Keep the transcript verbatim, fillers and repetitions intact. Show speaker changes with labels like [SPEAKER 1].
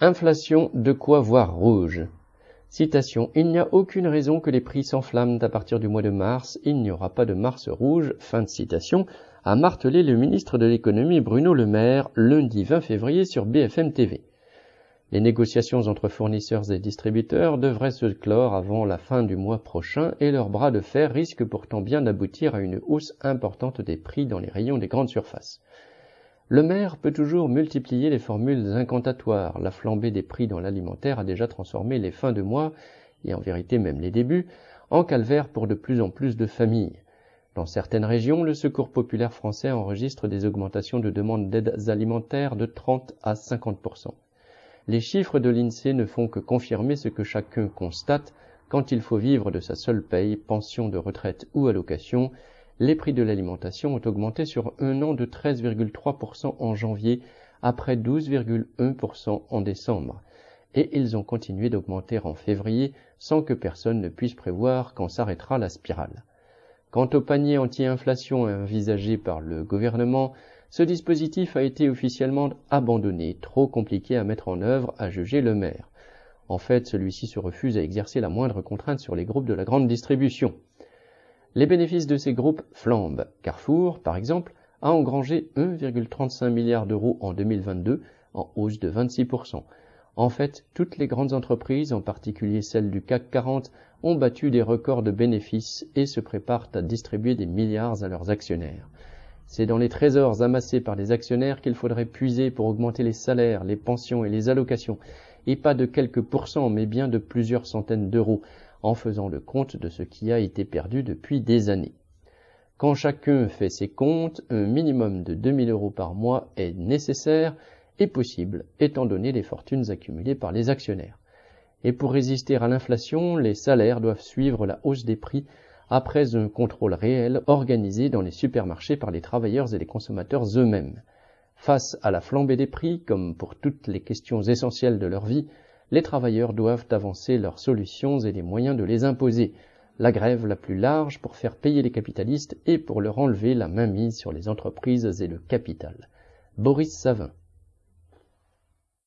[SPEAKER 1] Inflation, de quoi voir rouge. Citation. Il n'y a aucune raison que les prix s'enflamment à partir du mois de mars, il n'y aura pas de mars rouge, fin de citation, a martelé le ministre de l'économie Bruno Le Maire lundi vingt février sur B F M T V. Les négociations entre fournisseurs et distributeurs devraient se clore avant la fin du mois prochain et leur bras de fer risque pourtant bien d'aboutir à une hausse importante des prix dans les rayons des grandes surfaces. Le maire peut toujours multiplier les formules incantatoires. La flambée des prix dans l'alimentaire a déjà transformé les fins de mois, et en vérité même les débuts, en calvaire pour de plus en plus de familles. Dans certaines régions, le Secours populaire français enregistre des augmentations de demandes d'aides alimentaires de trente à cinquante pour cent. Les chiffres de l'INSEE ne font que confirmer ce que chacun constate quand il faut vivre de sa seule paye, pension de retraite ou allocation. Les prix de l'alimentation ont augmenté sur un an de treize virgule trois pour cent en janvier, après douze virgule un pour cent en décembre. Et ils ont continué d'augmenter en février sans que personne ne puisse prévoir quand s'arrêtera la spirale. Quant au panier anti-inflation envisagé par le gouvernement, ce dispositif a été officiellement abandonné, trop compliqué à mettre en œuvre, a jugé Le Maire. En fait, celui-ci se refuse à exercer la moindre contrainte sur les groupes de la grande distribution. Les bénéfices de ces groupes flambent. Carrefour, par exemple, a engrangé un virgule trente-cinq milliard d'euros en deux mille vingt-deux, en hausse de vingt-six pour cent. En fait, toutes les grandes entreprises, en particulier celles du C A C quarante, ont battu des records de bénéfices et se préparent à distribuer des milliards à leurs actionnaires. C'est dans les trésors amassés par les actionnaires qu'il faudrait puiser pour augmenter les salaires, les pensions et les allocations, et pas de quelques pourcents, mais bien de plusieurs centaines d'euros, en faisant le compte de ce qui a été perdu depuis des années. Quand chacun fait ses comptes, un minimum de deux mille euros par mois est nécessaire et possible, étant donné les fortunes accumulées par les actionnaires. Et pour résister à l'inflation, les salaires doivent suivre la hausse des prix après un contrôle réel organisé dans les supermarchés par les travailleurs et les consommateurs eux-mêmes. Face à la flambée des prix, comme pour toutes les questions essentielles de leur vie, les travailleurs doivent avancer leurs solutions et les moyens de les imposer. La grève la plus large pour faire payer les capitalistes et pour leur enlever la mainmise sur les entreprises et le capital. Boris Savin.